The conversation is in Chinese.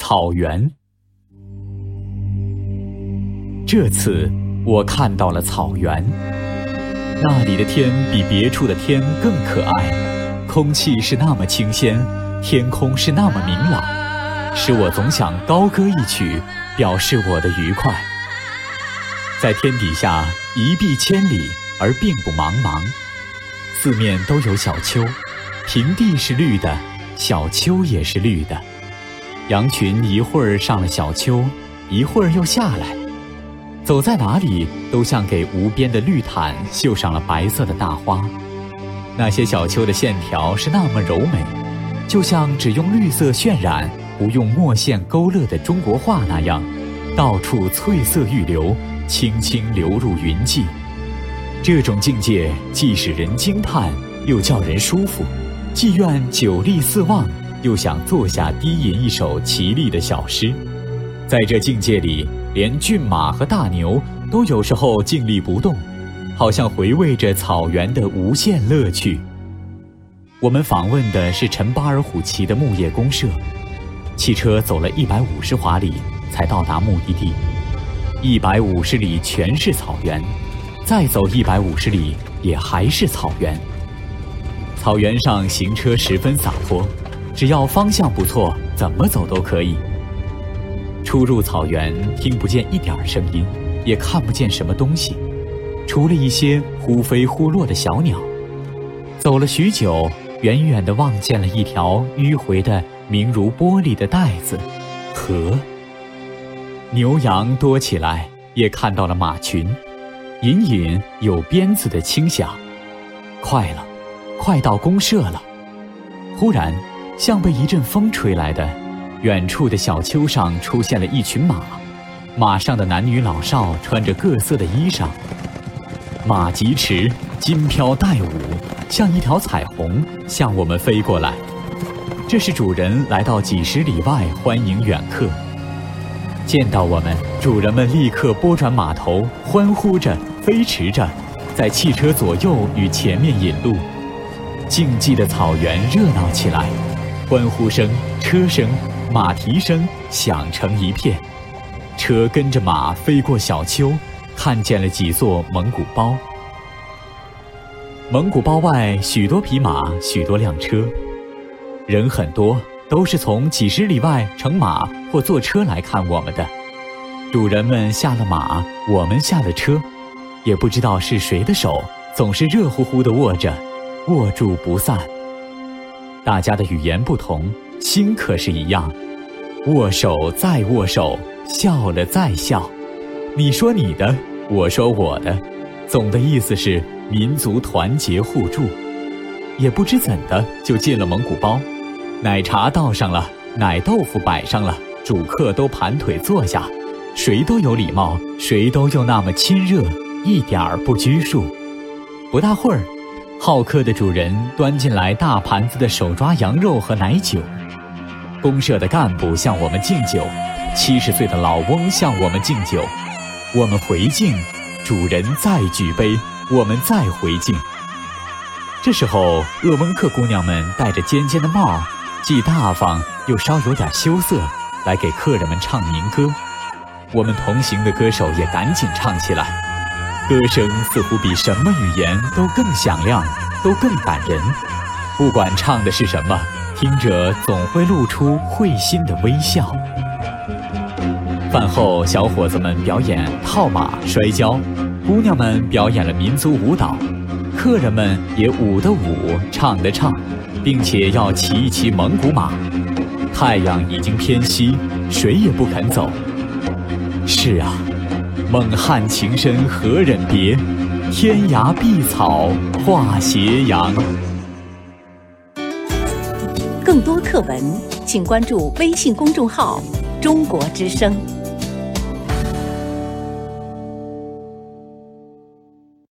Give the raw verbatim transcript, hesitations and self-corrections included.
草原。这次我看到了草原，那里的天比别处的天更可爱，空气是那么清鲜，天空是那么明朗，使我总想高歌一曲，表示我的愉快。在天底下一碧千里，而并不茫茫，四面都有小丘，平地是绿的，小丘也是绿的。羊群一会儿上了小丘，一会儿又下来，走在哪里都像给无边的绿毯绣上了白色的大花。那些小丘的线条是那么柔美，就像只用绿色渲染，不用墨线勾勒的中国画那样，到处翠色欲流，轻轻流入云际。这种境界既使人惊叹，又叫人舒服，既愿久立四望，又想坐下低吟一首绮丽的小诗。在这境界里，连骏马和大牛都有时候静立不动，好像回味着草原的无限乐趣。我们访问的是陈巴尔虎旗的牧业公社，汽车走了一百五十华里才到达目的地。一百五十里全是草原，再走一百五十里也还是草原。草原上行车十分洒脱，只要方向不错，怎么走都可以。出入草原，听不见一点声音，也看不见什么东西，除了一些忽飞忽落的小鸟。走了许久，远远地望见了一条迂回的明如玻璃的带子，河。牛羊多起来，也看到了马群，隐隐有鞭子的轻响。快了，快到公社了。忽然，像被一阵风吹来的，远处的小丘上出现了一群马，马上的男女老少穿着各色的衣裳，马疾驰，金飘带舞，像一条彩虹向我们飞过来。这是主人来到几十里外欢迎远客。见到我们，主人们立刻拨转马头，欢呼着，飞驰着，在汽车左右与前面引路。静寂的草原热闹起来，欢呼声、车声、马蹄声响成一片。车跟着马飞过小丘，看见了几座蒙古包。蒙古包外许多匹马，许多辆车，人很多，都是从几十里外乘马或坐车来看我们的。主人们下了马，我们下了车，也不知道是谁的手总是热乎乎地握着，握住不散。大家的语言不同，心可是一样，握手再握手，笑了再笑。你说你的，我说我的，总的意思是民族团结互助。也不知怎的就进了蒙古包，奶茶倒上了，奶豆腐摆上了，主客都盘腿坐下，谁都有礼貌，谁都又那么亲热，一点儿不拘束。不大会儿，好客的主人端进来大盘子的手抓羊肉和奶酒。公社的干部向我们敬酒，七十岁的老翁向我们敬酒，我们回敬，主人再举杯，我们再回敬。这时候，鄂温克姑娘们戴着尖尖的帽，既大方又稍有点羞涩，来给客人们唱民歌。我们同行的歌手也赶紧唱起来，歌声似乎比什么语言都更响亮，都更感人。不管唱的是什么，听者总会露出会心的微笑。饭后，小伙子们表演套马、摔跤，姑娘们表演了民族舞蹈，客人们也舞的舞，唱的唱，并且要骑一骑蒙古马。太阳已经偏西，谁也不肯走。是啊，蒙汉情深何忍别，天涯碧草化斜阳。 更多课文，请关注微信公众号“中国之声”。